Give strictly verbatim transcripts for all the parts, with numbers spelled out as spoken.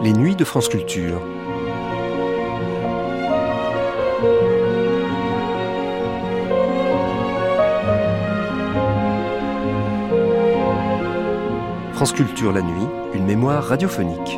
Les nuits de France Culture. France Culture la nuit, une mémoire radiophonique.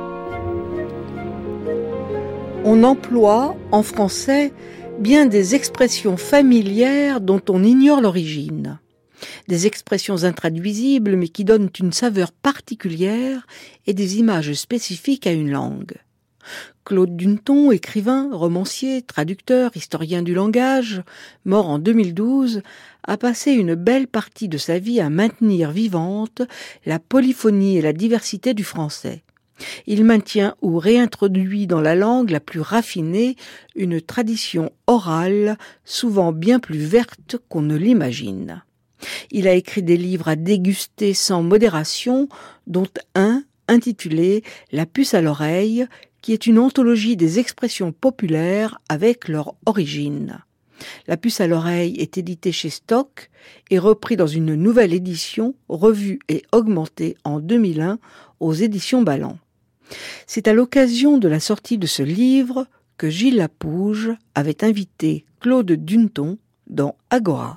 On emploie en français bien des expressions familières dont on ignore l'origine. Des expressions intraduisibles mais qui donnent une saveur particulière et des images spécifiques à une langue. Claude Dunton, écrivain, romancier, traducteur, historien du langage, mort en deux mille douze, a passé une belle partie de sa vie à maintenir vivante la polyphonie et la diversité du français. Il maintient ou réintroduit dans la langue la plus raffinée une tradition orale souvent bien plus verte qu'on ne l'imagine. Il a écrit des livres à déguster sans modération, dont un intitulé « La puce à l'oreille », qui est une anthologie des expressions populaires avec leur origine. La puce à l'oreille est édité chez Stock et repris dans une nouvelle édition, revue et augmentée en deux mille un aux éditions Balland. C'est à l'occasion de la sortie de ce livre que Gilles Lapouge avait invité Claude Dunton dans Agora.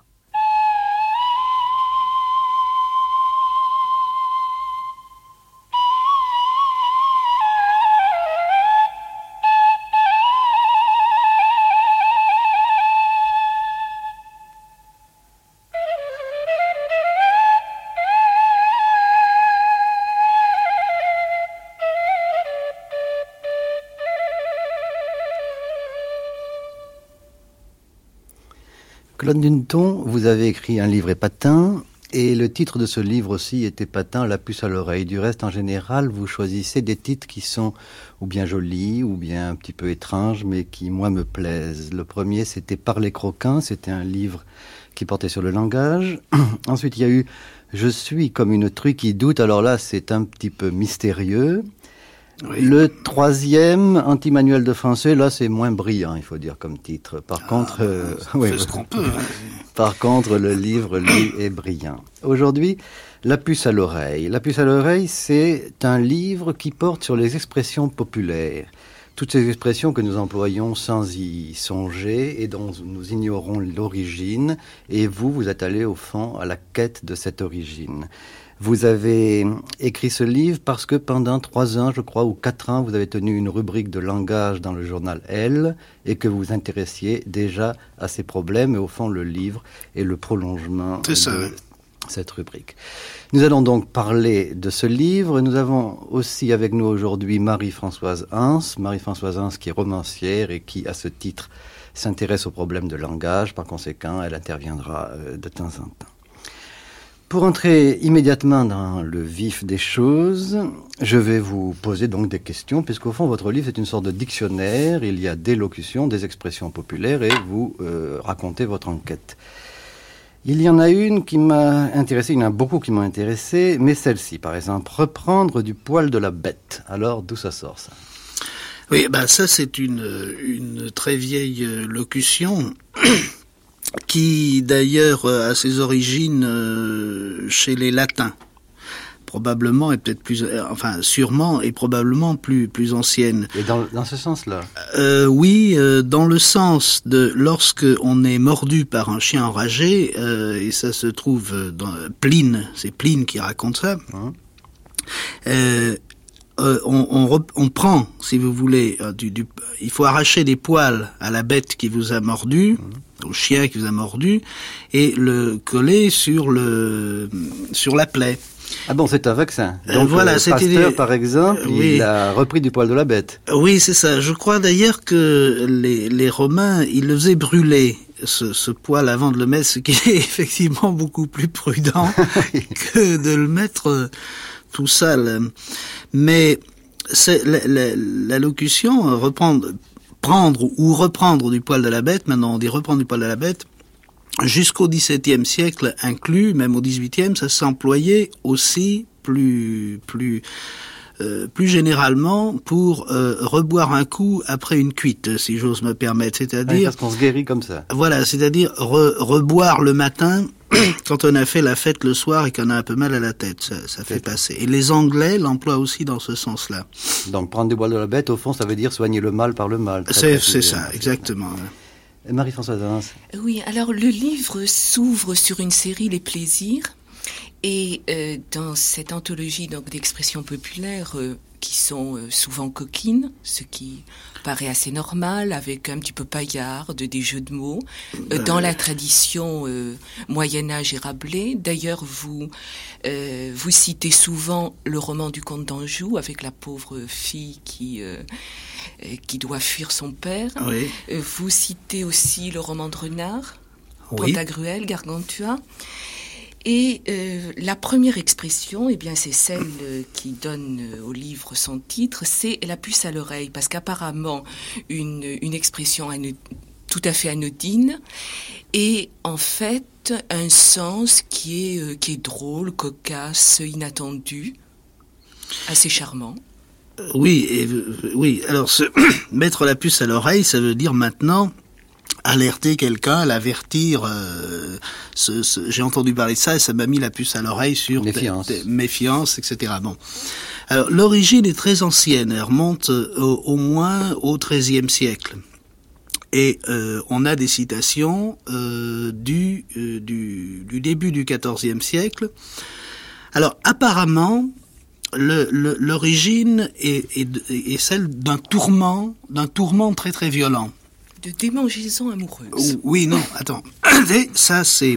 Claude Dunton, vous avez écrit un livre épatant, et le titre de ce livre aussi est épatant, La puce à l'oreille. Du reste, en général, vous choisissez des titres qui sont ou bien jolis, ou bien un petit peu étranges, mais qui, moi, me plaisent. Le premier, c'était Par les croquants, c'était un livre qui portait sur le langage. Ensuite, il y a eu Je suis comme une truie qui doute, alors là, c'est un petit peu mystérieux. Oui. Le troisième, Anti-manuel de français, là c'est moins brillant, il faut dire, comme titre. Par ah, contre, euh, oui, ce qu'on peut. Hein. Par contre, le livre, lui, est brillant. Aujourd'hui, La puce à l'oreille. La puce à l'oreille, c'est un livre qui porte sur les expressions populaires. Toutes ces expressions que nous employons sans y songer et dont nous ignorons l'origine. Et vous, vous êtes allé au fond à la quête de cette origine. Vous avez écrit ce livre parce que pendant trois ans, je crois, ou quatre ans, vous avez tenu une rubrique de langage dans le journal Elle et que vous vous intéressiez déjà à ces problèmes. Et au fond, le livre est le prolongement C'est ça. de cette rubrique. Nous allons donc parler de ce livre. Nous avons aussi avec nous aujourd'hui Marie-Françoise Hans. Marie-Françoise Hans qui est romancière et qui, à ce titre, s'intéresse aux problèmes de langage. Par conséquent, elle interviendra de temps en temps. Pour entrer immédiatement dans le vif des choses, je vais vous poser donc des questions, puisqu'au fond, votre livre est une sorte de dictionnaire. Il y a des locutions, des expressions populaires, et vous euh, racontez votre enquête. Il y en a une qui m'a intéressé, il y en a beaucoup qui m'ont intéressé, mais celle-ci, par exemple, reprendre du poil de la bête. Alors, d'où ça sort, ça ? Oui, ben ça, c'est une, une très vieille locution qui d'ailleurs a ses origines euh, chez les latins, probablement et peut-être plus, euh, enfin sûrement et probablement plus plus ancienne. Et dans dans ce sens-là. Euh, oui, euh, dans le sens de lorsque on est mordu par un chien enragé, euh, et ça se trouve dans Pline, c'est Pline qui raconte ça. Hein. Euh, Euh, on, on, on prend, si vous voulez, euh, du, du, il faut arracher des poils à la bête qui vous a mordu, mmh. au chien qui vous a mordu, et le coller sur le sur la plaie. Ah bon, c'est un vaccin. Donc euh, voilà, le Pasteur, des... par exemple, euh, oui. il a repris du poil de la bête. Oui, c'est ça. Je crois d'ailleurs que les, les Romains, ils le faisaient brûler, ce, ce poil, avant de le mettre, ce qui est effectivement beaucoup plus prudent que de le mettre tout sale. Mais c'est la, la, la locution reprendre, prendre ou reprendre du poil de la bête. Maintenant, on dit reprendre du poil de la bête. Jusqu'au dix-septième siècle inclus, même au dix-huitième, ça s'employait aussi plus plus euh, plus généralement pour euh, reboire un coup après une cuite, si j'ose me permettre. C'est-à-dire oui, parce qu'on se guérit comme ça. Voilà, c'est-à-dire re, reboire le matin quand on a fait la fête le soir et qu'on a un peu mal à la tête, ça, ça fait passer. Et les Anglais l'emploient aussi dans ce sens-là. Donc prendre du poil de la bête, au fond, ça veut dire soigner le mal par le mal. C'est, c'est ça, exactement. Marie-Françoise Hans. Oui, alors le livre s'ouvre sur une série Les Plaisirs. Et euh, dans cette anthologie donc d'expressions populaires euh, qui sont euh, souvent coquines, ce qui paraît assez normal, avec un petit peu paillarde, des jeux de mots, euh, dans la tradition euh, Moyen-Âge et Rabelais. D'ailleurs, vous euh, vous citez souvent le roman du comte d'Anjou, avec la pauvre fille qui euh, qui doit fuir son père. Oui. Euh, vous citez aussi le roman de Renard, Oui. Pantagruel, Gargantua. Et euh, la première expression, eh bien, c'est celle euh, qui donne euh, au livre son titre, c'est la puce à l'oreille, parce qu'apparemment, une, une expression ano- tout à fait anodine, et en fait, un sens qui est, euh, qui est drôle, cocasse, inattendu, assez charmant. Oui, et, oui. Alors, se mettre la puce à l'oreille, ça veut dire maintenant alerter quelqu'un, l'avertir. Euh, ce, ce, j'ai entendu parler de ça et ça m'a mis la puce à l'oreille sur méfiance, t- t- méfiance, et cetera. Bon, alors l'origine est très ancienne, elle remonte au, au moins au treizième siècle. Et euh, on a des citations euh, du, euh, du du début du quatorzième siècle. Alors apparemment, le, le, l'origine est, est, est celle d'un tourment, d'un tourment très très violent. De démangeaison amoureuse. Oui, non, attends. Ça, c'est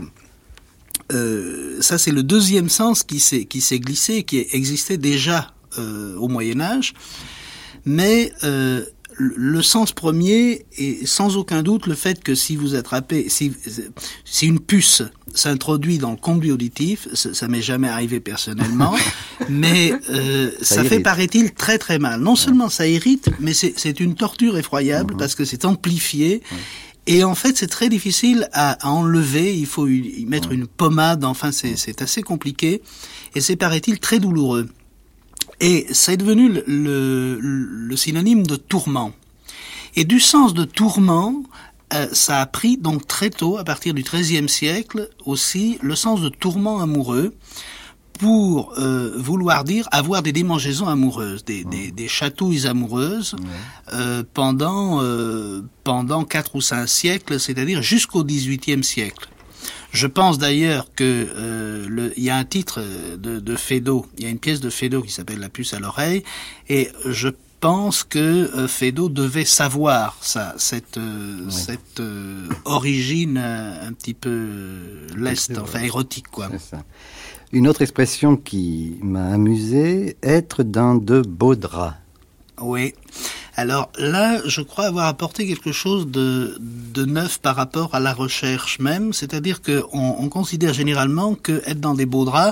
euh, ça, c'est le deuxième sens qui s'est qui s'est glissé, qui existait déjà euh, au Moyen Âge, mais euh, le sens premier est sans aucun doute le fait que si vous attrapez, si si une puce s'introduit dans le conduit auditif, ça, ça m'est jamais arrivé personnellement, mais euh, ça, ça fait, paraît-il, très très mal. Non seulement ça irrite, mais c'est c'est une torture effroyable mmh. parce que c'est amplifié. Mmh. Et en fait, c'est très difficile à, à enlever. Il faut y mettre une pommade. Enfin, c'est c'est assez compliqué. Et c'est, paraît-il, très douloureux. Et c'est devenu le, le, le synonyme de tourment. Et du sens de tourment, euh, ça a pris donc très tôt, à partir du treizième siècle aussi, le sens de tourment amoureux pour euh, vouloir dire avoir des démangeaisons amoureuses, des, mmh. des, des chatouilles amoureuses mmh. euh, pendant euh, pendant quatre ou cinq siècles, c'est-à-dire jusqu'au dix-huitième siècle. Je pense d'ailleurs que euh, le, il y a un titre de, de Feydeau, il y a une pièce de Feydeau qui s'appelle La puce à l'oreille, et je pense que euh, Feydeau devait savoir ça, cette euh, oui. cette euh, origine un, un petit peu leste, enfin érotique, quoi. C'est ça. Une autre expression qui m'a amusé, être dans de beaux draps. Oui. Alors là, je crois avoir apporté quelque chose de, de neuf par rapport à la recherche même, c'est-à-dire que on, on considère généralement que être dans des beaux draps,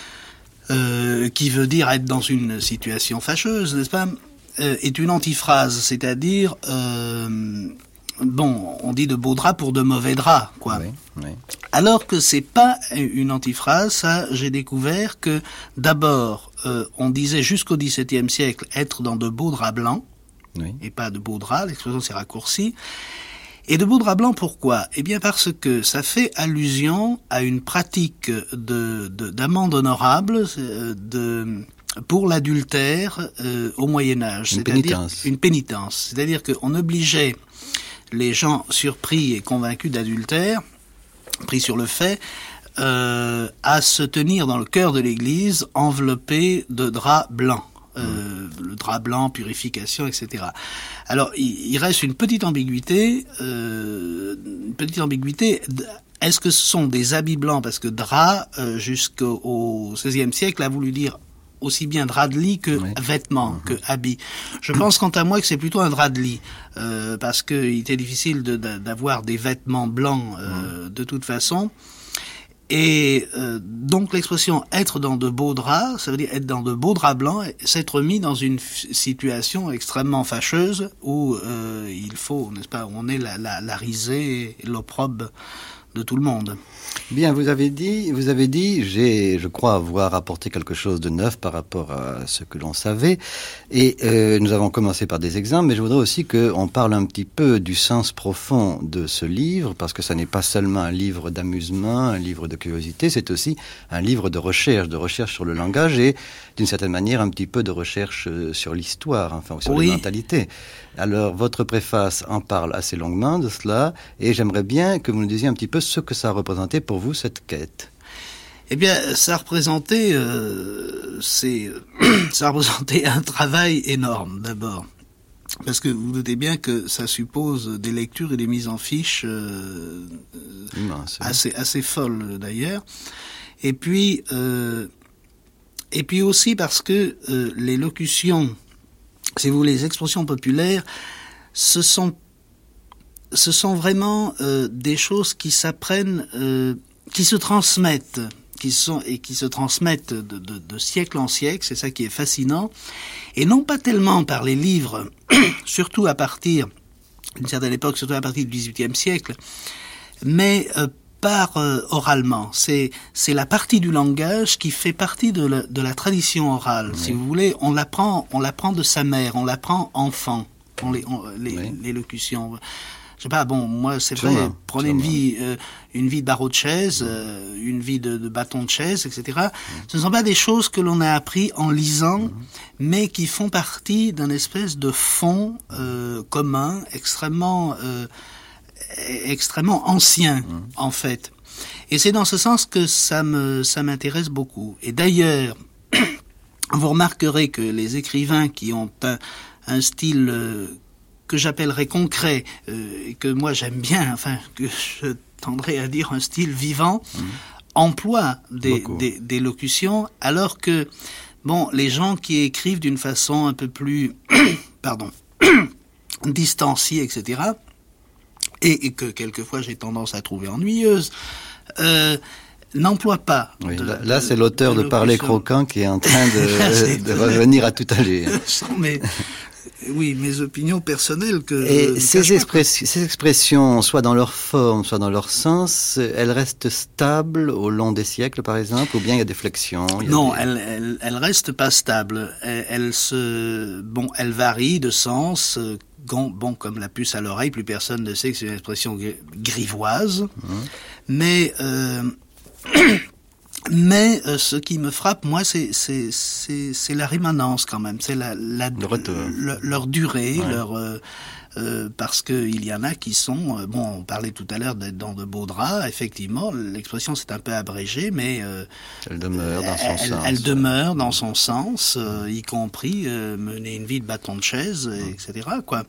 euh, qui veut dire être dans une situation fâcheuse, n'est-ce pas, euh, est une antiphrase, c'est-à-dire euh, bon, on dit de beaux draps pour de mauvais draps, quoi. Oui, oui. Alors que c'est pas une antiphrase, ça, j'ai découvert que d'abord, euh, on disait jusqu'au dix-septième siècle être dans de beaux draps blancs. Oui. Et pas de beaux draps, l'expression s'est raccourcie. Et de beaux draps blancs, pourquoi ? Eh bien parce que ça fait allusion à une pratique de, de d'amende honorable de, pour l'adultère euh, au Moyen-Âge. Une c'est-à-dire pénitence. Une pénitence. C'est-à-dire qu'on obligeait les gens surpris et convaincus d'adultère, pris sur le fait, euh, à se tenir dans le cœur de l'église enveloppés de draps blancs. Euh, le drap blanc, purification, et cetera. Alors, il, il reste une petite ambiguïté, euh, une petite ambiguïté. Est-ce que ce sont des habits blancs ? Parce que drap, euh, jusqu'au seizième siècle, a voulu dire aussi bien drap de lit que oui. vêtements, mmh. que habits. Je pense quant à moi que c'est plutôt un drap de lit, euh, parce qu'il était difficile de, de, d'avoir des vêtements blancs euh, mmh. de toute façon. Et euh, donc l'expression être dans de beaux draps, ça veut dire être dans de beaux draps blancs, s'être mis dans une f- situation extrêmement fâcheuse où euh, il faut, n'est-ce pas, on est la, la, la risée et l'opprobre de tout le monde. Bien, vous avez dit, vous avez dit, j'ai, je crois avoir apporté quelque chose de neuf par rapport à ce que l'on savait. Et euh, nous avons commencé par des exemples, mais je voudrais aussi qu'on parle un petit peu du sens profond de ce livre, parce que ça n'est pas seulement un livre d'amusement, un livre de curiosité, c'est aussi un livre de recherche, de recherche sur le langage et, d'une certaine manière, un petit peu de recherche sur l'histoire, enfin, sur oui. les mentalités. Alors, votre préface en parle assez longuement de cela, et j'aimerais bien que vous nous disiez un petit peu ce que ça a représenté pour vous, cette quête. Eh bien, ça a représenté, euh, c'est, ça a représenté un travail énorme, d'abord. Parce que vous doutez bien que ça suppose des lectures et des mises en fiche euh, Immense, assez, hein. assez folles, d'ailleurs. Et puis, euh, et puis aussi parce que euh, les locutions, si vous voulez, les expressions populaires, ce sont, ce sont vraiment euh, des choses qui s'apprennent, euh, qui se transmettent, qui sont et qui se transmettent de, de, de siècle en siècle. C'est ça qui est fascinant, et non pas tellement par les livres, surtout à partir d'une certaine époque, surtout à partir du dix-huitième siècle, mais euh, par euh, oralement. C'est c'est la partie du langage qui fait partie de la, de la tradition orale. Oui. Si vous voulez, on l'apprend, on l'apprend de sa mère, on l'apprend enfant, on les, on, les, oui. l'élocution. Je sais pas, bon, moi c'est vrai, Sûrement. prenez Sûrement. une vie, euh, une vie de barreau de chaise, euh, une vie de, de bâton de chaise, et cetera. Oui. Ce ne sont pas des choses que l'on a appris en lisant, mmh. mais qui font partie d'un espèce de fond euh, commun, extrêmement euh, extrêmement ancien, mmh. en fait. Et c'est dans ce sens que ça me ça m'intéresse beaucoup. Et d'ailleurs, vous remarquerez que les écrivains qui ont un, un style euh, que j'appellerais concret, euh, et que moi j'aime bien, enfin, que je tendrais à dire un style vivant, mmh. emploient des, des, des locutions, alors que, bon, les gens qui écrivent d'une façon un peu plus, pardon, distanciée, et cetera, et, et que quelquefois j'ai tendance à trouver ennuyeuse, euh, n'emploie pas. Oui, de, là, là, c'est l'auteur de, de, de Parler croquant qui est en train de, de revenir à tout âger. Mais, oui, mes opinions personnelles que... Et ces, expressions, ces expressions, soit dans leur forme, soit dans leur sens, elles restent stables au long des siècles, par exemple, ou bien il y a des flexions? Il y a non, des... elles, elles, elles restent pas stables. Elles, elles se, bon, elles varient de sens. Bon, comme la puce à l'oreille, plus personne ne sait que c'est une expression grivoise. Mmh. Mais, euh, mais euh, ce qui me frappe, moi, c'est c'est c'est, c'est la rémanence quand même. C'est la, la le retour. Le, leur durée, ouais. leur euh, euh, parce que il y en a qui sont. Euh, bon, on parlait tout à l'heure d'être dans de beaux draps. Effectivement, l'expression s'est un peu abrégée, mais euh, elle demeure dans son elle, sens. Elle demeure dans son sens, euh, y compris euh, mener une vie de bâton de chaise, mmh. et cetera. Quoi.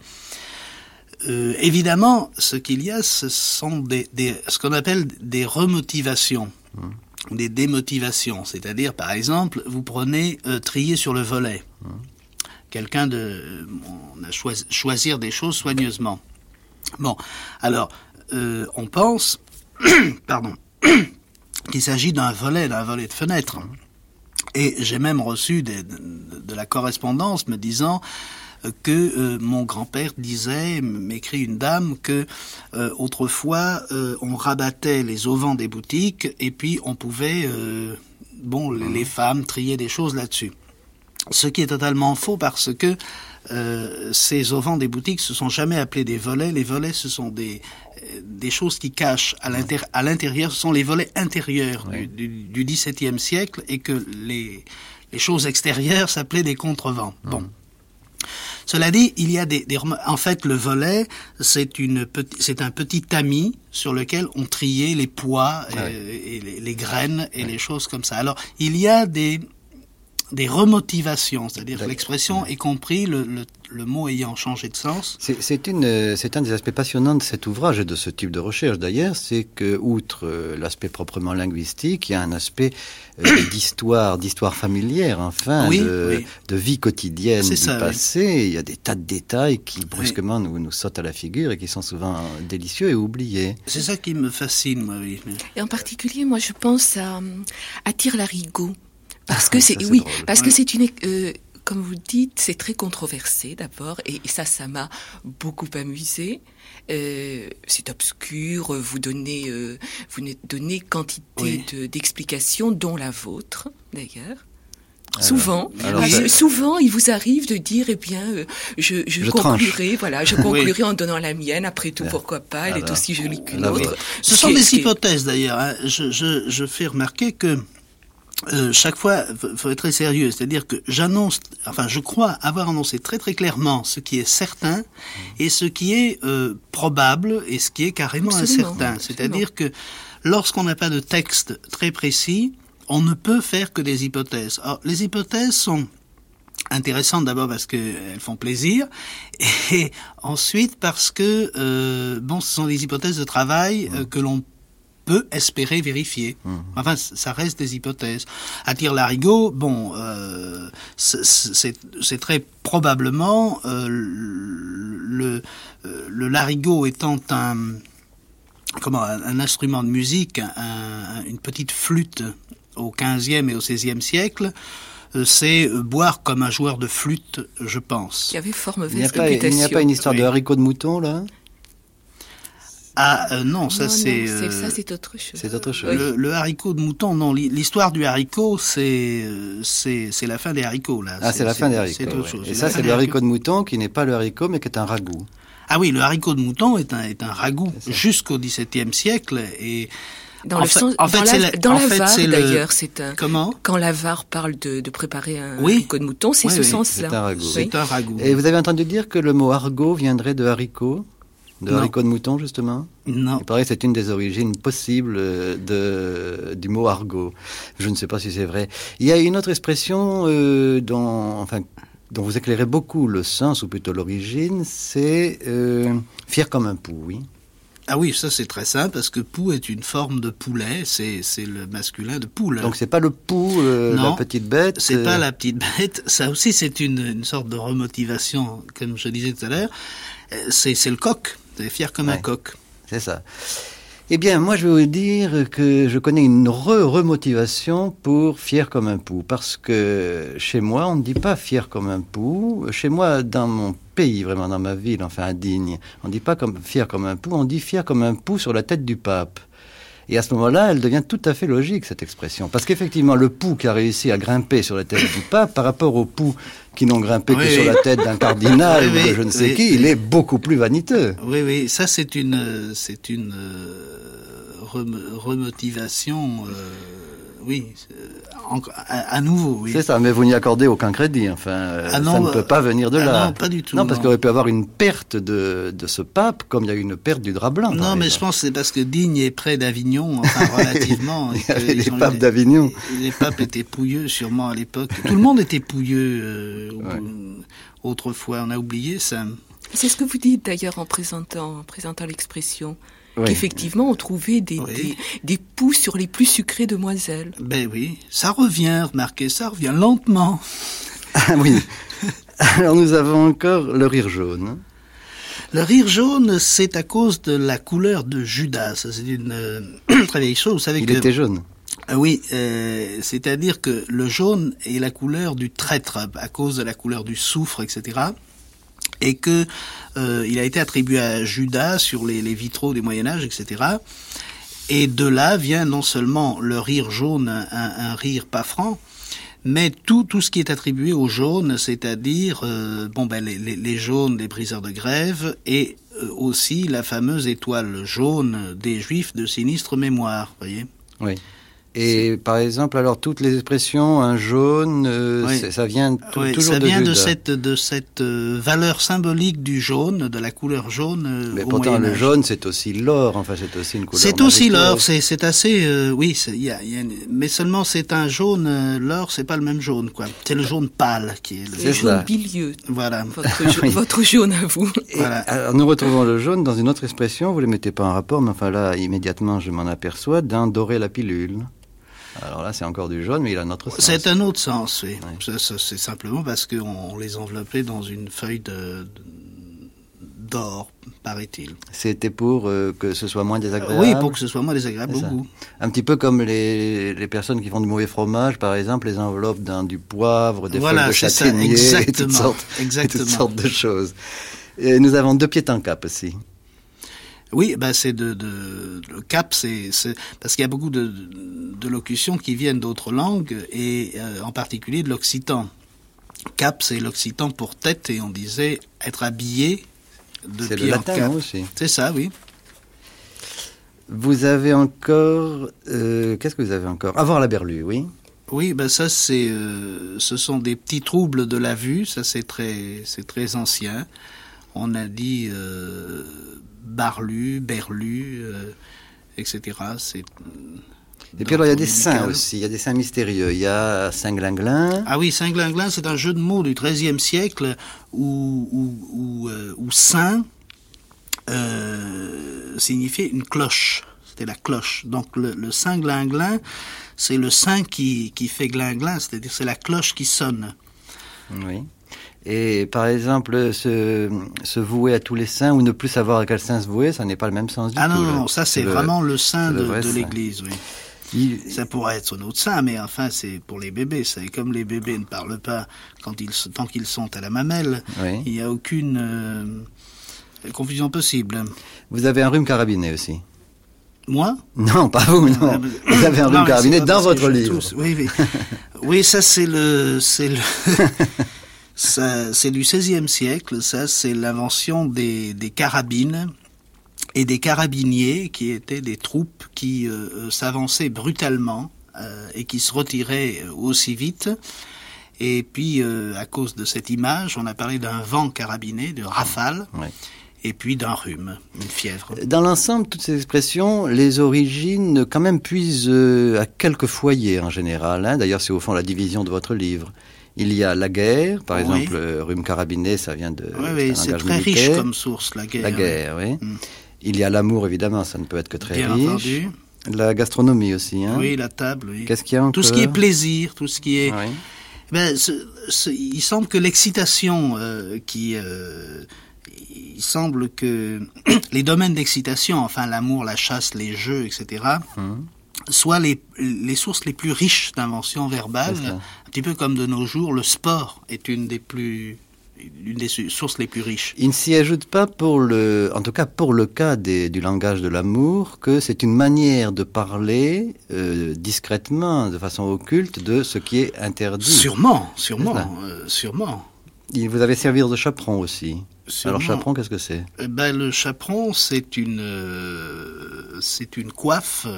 Euh, évidemment, ce qu'il y a, ce sont des, des ce qu'on appelle des remotivations. Mmh. Des démotivations, c'est-à-dire, par exemple, vous prenez euh, trier sur le volet. Mmh. Quelqu'un de... On a choisi, choisir des choses soigneusement. Bon, alors, euh, on pense, pardon, qu'il s'agit d'un volet, d'un volet de fenêtre. Et j'ai même reçu des, de, de la correspondance me disant que euh, mon grand-père disait, m'écrit une dame, que euh, autrefois euh, on rabattait les auvents des boutiques et puis on pouvait, euh, bon, les, les femmes trier des choses là-dessus. Ce qui est totalement faux parce que euh, ces auvents des boutiques se sont jamais appelés des volets. Les volets, ce sont des des choses qui cachent à, l'intér- à l'intérieur. Ce sont les volets intérieurs oui. du, du, du dix-septième siècle et que les les choses extérieures s'appelaient des contrevents. Mmh. Bon. Cela dit, il y a des, des en fait le volet c'est une c'est un petit tamis sur lequel on triait les pois ouais. et, et les, les graines et ouais. les choses comme ça. Alors il y a des des remotivations, c'est-à-dire que l'expression est compris, le, le, le mot ayant changé de sens. C'est, c'est, une, c'est un des aspects passionnants de cet ouvrage et de ce type de recherche d'ailleurs, c'est que, outre l'aspect proprement linguistique, il y a un aspect euh, d'histoire, d'histoire familière, enfin, oui, de, oui. de vie quotidienne c'est du ça, passé. Oui. Il y a des tas de détails qui brusquement oui. nous, nous sautent à la figure et qui sont souvent délicieux et oubliés. C'est ça qui me fascine, moi. Oui. Et en particulier, moi, je pense à, à Tire-Larigot. Parce que ah, c'est, ça, c'est oui, drôle. parce ouais. que c'est une, euh, comme vous dites, c'est très controversé d'abord, et, et ça, ça m'a beaucoup amusé. Euh, c'est obscur, vous donnez, euh, vous donnez quantité Oui. de, d'explications, dont la vôtre, d'ailleurs. Alors, Souvent, alors, euh, ça- souvent, il vous arrive de dire, eh bien, euh, je, je, Je conclurai, voilà, je conclurai Oui. en donnant la mienne. Après tout, Voilà. pourquoi pas Elle est Alors, aussi jolie qu'une là, oui. autre. Ce Ce sont qui est- des ce qui est- hypothèses d'ailleurs. Hein. Je, je, je fais remarquer que euh, chaque fois, faut, faut être très sérieux. C'est-à-dire que j'annonce, enfin, je crois avoir annoncé très très clairement ce qui est certain et ce qui est euh, probable et ce qui est carrément Absolument, incertain. absolument. C'est-à-dire que lorsqu'on n'a pas de texte très précis, on ne peut faire que des hypothèses. Alors, les hypothèses sont intéressantes d'abord parce qu'elles font plaisir et ensuite parce que euh, bon, ce sont des hypothèses de travail euh, que l'on peut espérer vérifier. Mmh. Enfin, c- ça reste des hypothèses. À tire-larigot, bon, euh, c'est- c'est c'est très probablement euh, le, euh, le larigot étant un comment un, un instrument de musique, un- une petite flûte au quinzième et au seizième siècle, euh, c'est euh, boire comme un joueur de flûte, je pense. qui avait fort Il n'y mauvaise a, pas- il n'y a réputation. pas une histoire Oui. de haricots de mouton, là? Ah euh, non, ça Non, c'est non, c'est- euh, ça, c'est autre chose. C'est autre chose. le, le haricot de mouton. Non, l'hi- l'histoire du haricot, c'est euh, c'est c'est la fin des haricots là. Ah, c'est la fin des haricots. C'est autre ouais. chose. Et la ça, fin c'est des le haricots. haricot de mouton qui n'est pas le haricot, mais qui est un ragoût. Ah oui, le haricot de mouton est un est un ragoût C'est ça. jusqu'au dix-septième siècle et Dans en le fait- sens, en fait, dans c'est la, la- dans en la fait, Var, c'est le- d'ailleurs, c'est un. comment Quand la Var parle de, de préparer un Oui. haricot de mouton, c'est Oui, ce oui. sens-là. C'est un ragoût. Oui. C'est un ragoût. Et vous avez entendu dire que le mot argot viendrait de haricot? De Non. haricot de mouton, justement? Non. Il paraît que c'est une des origines possibles euh, de, du mot argot. Je ne sais pas si c'est vrai. Il y a une autre expression euh, dont, enfin, dont vous éclairez beaucoup le sens, ou plutôt l'origine, c'est euh, fier comme un pou, oui. Ah oui, ça c'est très simple parce que pou est une forme de poulet, c'est c'est le masculin de poule. Donc c'est pas le pou, euh, Non, la petite bête. C'est euh, pas la petite bête. Ça aussi, c'est une, une sorte de remotivation, comme je disais tout à l'heure. Euh, C'est c'est le coq. C'est fier comme un Ouais. coq. C'est ça. Eh bien, moi, je vais vous dire que je connais une re-remotivation pour fier comme un pou. Parce que chez moi, on ne dit pas fier comme un pou. Chez moi, dans mon pays, vraiment dans ma ville, enfin à Digne, on ne dit pas comme fier comme un pou, on dit fier comme un pou sur la tête du pape. Et à ce moment-là, elle devient tout à fait logique, cette expression. Parce qu'effectivement, le pou qui a réussi à grimper sur la tête du pape, par rapport aux poux qui n'ont grimpé Oui, que oui. sur la tête d'un cardinal Oui, ou de oui, je ne sais oui, qui, oui. il est beaucoup plus vaniteux. Oui, oui, ça c'est une, euh, c'est une euh, rem- remotivation. euh, oui, euh, en- à, à nouveau. Oui. C'est ça, mais vous n'y accordez aucun crédit. Enfin, euh, Ah non, ça ne euh, peut pas venir de ah là. non, pas du tout, Non, parce non. qu'il aurait pu avoir une perte de, de ce pape, comme il y a eu une perte du drap blanc. par Non, mais je exemple. pense que c'est parce que Digne est près d'Avignon, enfin relativement. Il y et que avait ils les ont eu papes des- d'Avignon. Les papes étaient pouilleux, sûrement à l'époque. Tout le monde était pouilleux euh, Ouais. autrefois. On a oublié ça. C'est ce que vous dites d'ailleurs en présentant, en présentant l'expression. Oui. Qu'effectivement, on trouvait des, Oui. des, des poux sur les plus sucrées demoiselles. Ben oui, ça revient, remarquez, ça revient lentement. Ah oui. Alors nous avons encore le rire jaune. Le rire jaune, c'est à cause de la couleur de Judas. Ça, c'est une euh, très vieille chose. Vous savez Il que était jaune. Ah oui, euh, c'est-à-dire que le jaune est la couleur du traître à cause de la couleur du soufre, et cetera. Et que euh, il a été attribué à Judas sur les, les vitraux du Moyen Âge, et cetera. Et de là vient non seulement le rire jaune, un, un rire pas franc, mais tout tout ce qui est attribué aux jaunes, c'est-à-dire euh, bon ben les, les, les jaunes des briseurs de grève et euh, aussi la fameuse étoile jaune des Juifs de sinistre mémoire, voyez. Oui. Et par exemple, alors toutes les expressions, un jaune, euh, Oui. c'est- ça vient t- Oui, toujours ça de vient de Judas. cette de cette euh, valeur symbolique du jaune, de la couleur jaune. euh, Mais au pourtant, Moyen le Âge. jaune, c'est aussi l'or. Enfin, c'est aussi une couleur. C'est aussi majestueuse. l'or, c'est c'est assez euh, oui, c'est- il y a, il y a une- mais seulement c'est un jaune. euh, l'or, c'est pas le même jaune, quoi. C'est le jaune pâle qui est le. Le C'est jaune ça. bilieux, Voilà. votre, ja- Oui. votre jaune à vous. Et Voilà. alors, nous retrouvons le jaune dans une autre expression. Vous ne les mettez pas en rapport, mais enfin là, immédiatement, je m'en aperçois, d'un dorer la pilule. Alors là, c'est encore du jaune, mais il a un autre sens. C'est un autre sens, oui. Ouais. Ça, ça, c'est simplement parce qu'on on les enveloppait dans une feuille de, de- d'or, paraît-il. C'était pour euh, que ce soit moins désagréable. Oui, pour que ce soit moins désagréable au goût. Un petit peu comme les, les personnes qui font du mauvais fromage, par exemple, les enveloppes d'un, du poivre, des voilà, feuilles de châtaignier, et toutes sortes, et toutes sortes de choses. Et nous avons deux pieds en cap aussi. Oui, ben c'est de, de le cap, c'est, c'est parce qu'il y a beaucoup de, de locutions qui viennent d'autres langues et euh, en particulier de l'occitan. Cap, c'est l'occitan pour tête et on disait être habillé de c'est pied le en latin, cap. Aussi. C'est ça, oui. Vous avez encore, euh, qu'est-ce que vous avez encore? Avoir la berlue, oui. Oui, ben ça c'est, euh, ce sont des petits troubles de la vue. Ça c'est très, c'est très ancien. On a dit euh, barlu, berlu, euh, et cetera. C'est, Et puis alors il y a des saints aussi, il y a des saints mystérieux. Il y a Saint-Glinglin. Ah oui, Saint-Glinglin, c'est un jeu de mots du treizième siècle où, où, où, euh, où saint euh, signifiait une cloche. C'était la cloche. Donc le, le Saint-Glinglin, c'est le saint qui, qui fait glinglin, c'est-à-dire c'est la cloche qui sonne. Oui. Et par exemple, se, se vouer à tous les saints ou ne plus savoir à quel saint se vouer, ça n'est pas le même sens du ah tout. Ah non, non, ça c'est, c'est vraiment le, le saint de, de l'Église, oui. Il... Ça pourrait être un autre saint, mais enfin c'est pour les bébés. C'est comme les bébés ne parlent pas quand ils, tant qu'ils sont à la mamelle, oui. Il n'y a aucune euh, confusion possible. Vous avez un rhume carabiné aussi. Moi ? Non, pas vous, non. Vous avez un rhume carabiné dans votre livre. Tous, oui, oui. Oui, ça c'est le... C'est le ça, c'est du seizième siècle, ça c'est l'invention des, des carabines et des carabiniers qui étaient des troupes qui euh, s'avançaient brutalement euh, et qui se retiraient aussi vite. Et puis, euh, à cause de cette image, on a parlé d'un vent carabiné, de rafale. Ouais. Et puis d'un rhume, une fièvre. Dans l'ensemble, toutes ces expressions, les origines quand même puisent euh, à quelques foyers en général. Hein. D'ailleurs, c'est au fond la division de votre livre. Il y a la guerre, par oui. exemple, euh, rhume carabiné, ça vient de... Oui, oui, c'est, c'est très militaire. Riche comme source, la guerre. La guerre, oui. oui. Mm. Il y a l'amour, évidemment, ça ne peut être que très Bien riche. Entendu. La gastronomie aussi. Hein. Oui, la table, oui. Qu'est-ce qu'il y a encore ? Tout ce qui est plaisir, tout ce qui est... Oui. Ben, ce, ce, il semble que l'excitation euh, qui... Euh, il semble que les domaines d'excitation, enfin l'amour, la chasse, les jeux, et cetera, mmh. soient les, les sources les plus riches d'inventions verbales. Un petit peu comme de nos jours, le sport est une des plus, une des sources les plus riches. Il ne s'y ajoute pas, pour le, en tout cas pour le cas des, du langage de l'amour, que c'est une manière de parler euh, discrètement, de façon occulte, de ce qui est interdit. Sûrement, sûrement, euh, sûrement. Et vous avez servi de chaperon aussi. Sûrement. Alors chaperon, qu'est-ce que c'est ? Eh ben, le chaperon, c'est une, euh, c'est une coiffe,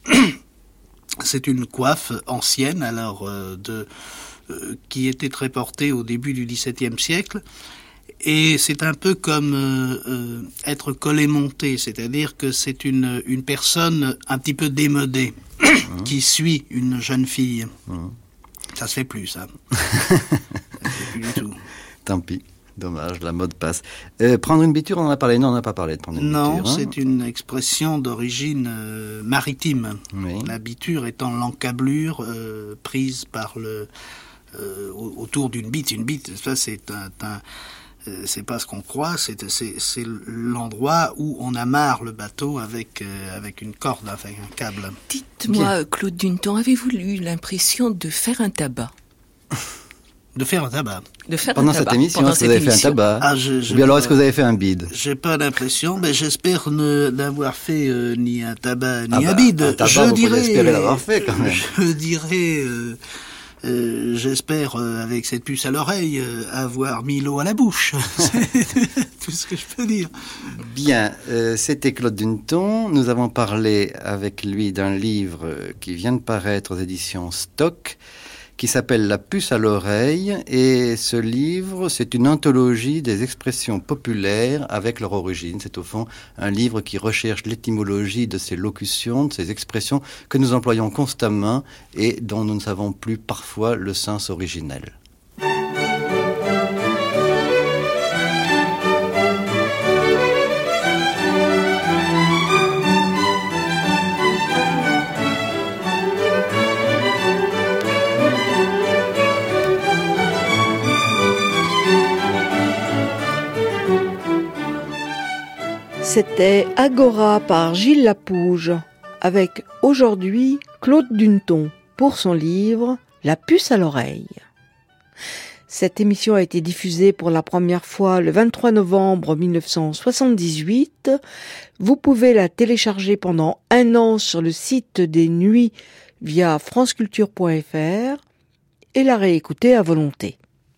c'est une coiffe ancienne, alors euh, de, euh, qui était très portée au début du dix-septième siècle, et c'est un peu comme euh, euh, être collé-monté, c'est-à-dire que c'est une une personne un petit peu démodée mmh. qui suit une jeune fille. Mmh. Ça se fait plus, ça. Ça se fait plus du tout. Tant pis. Dommage, la mode passe. Euh, prendre une biture, on en a parlé. Non, on n'a pas parlé de prendre une non, biture. Non, hein. C'est une expression d'origine euh, maritime. Oui. La biture étant l'encablure euh, prise par le euh, autour d'une bite. Une bite, ça c'est un, un euh, c'est pas ce qu'on croit. C'est, c'est c'est l'endroit où on amarre le bateau avec euh, avec une corde, avec un câble. Dites-moi, Claude Dunton, avez-vous eu l'impression de faire un tabac ? De faire un tabac. De faire Pendant un tabac. cette émission, Pendant est-ce que cette vous avez émission. fait un tabac ah, je, je Ou bien alors pas, est-ce que vous avez fait un bide ? J'ai pas l'impression, mais j'espère ne, n'avoir fait euh, ni un tabac ni ah bah, un bide. Un tabac, je vous dirais, pouvez espérer l'avoir fait quand même. Je dirais, euh, euh, j'espère euh, avec cette puce à l'oreille, euh, avoir mis l'eau à la bouche. C'est tout ce que je peux dire. Bien, euh, c'était Claude Dunton. Nous avons parlé avec lui d'un livre qui vient de paraître aux éditions Stock, qui s'appelle La puce à l'oreille, et ce livre, c'est une anthologie des expressions populaires avec leur origine. C'est au fond un livre qui recherche l'étymologie de ces locutions, de ces expressions que nous employons constamment et dont nous ne savons plus parfois le sens originel. C'était Agora par Gilles Lapouge, avec aujourd'hui Claude Duneton pour son livre La puce à l'oreille. Cette émission a été diffusée pour la première fois le vingt-trois novembre mille neuf cent soixante-dix-huit. Vous pouvez la télécharger pendant un an sur le site des Nuits via franceculture point f r et la réécouter à volonté.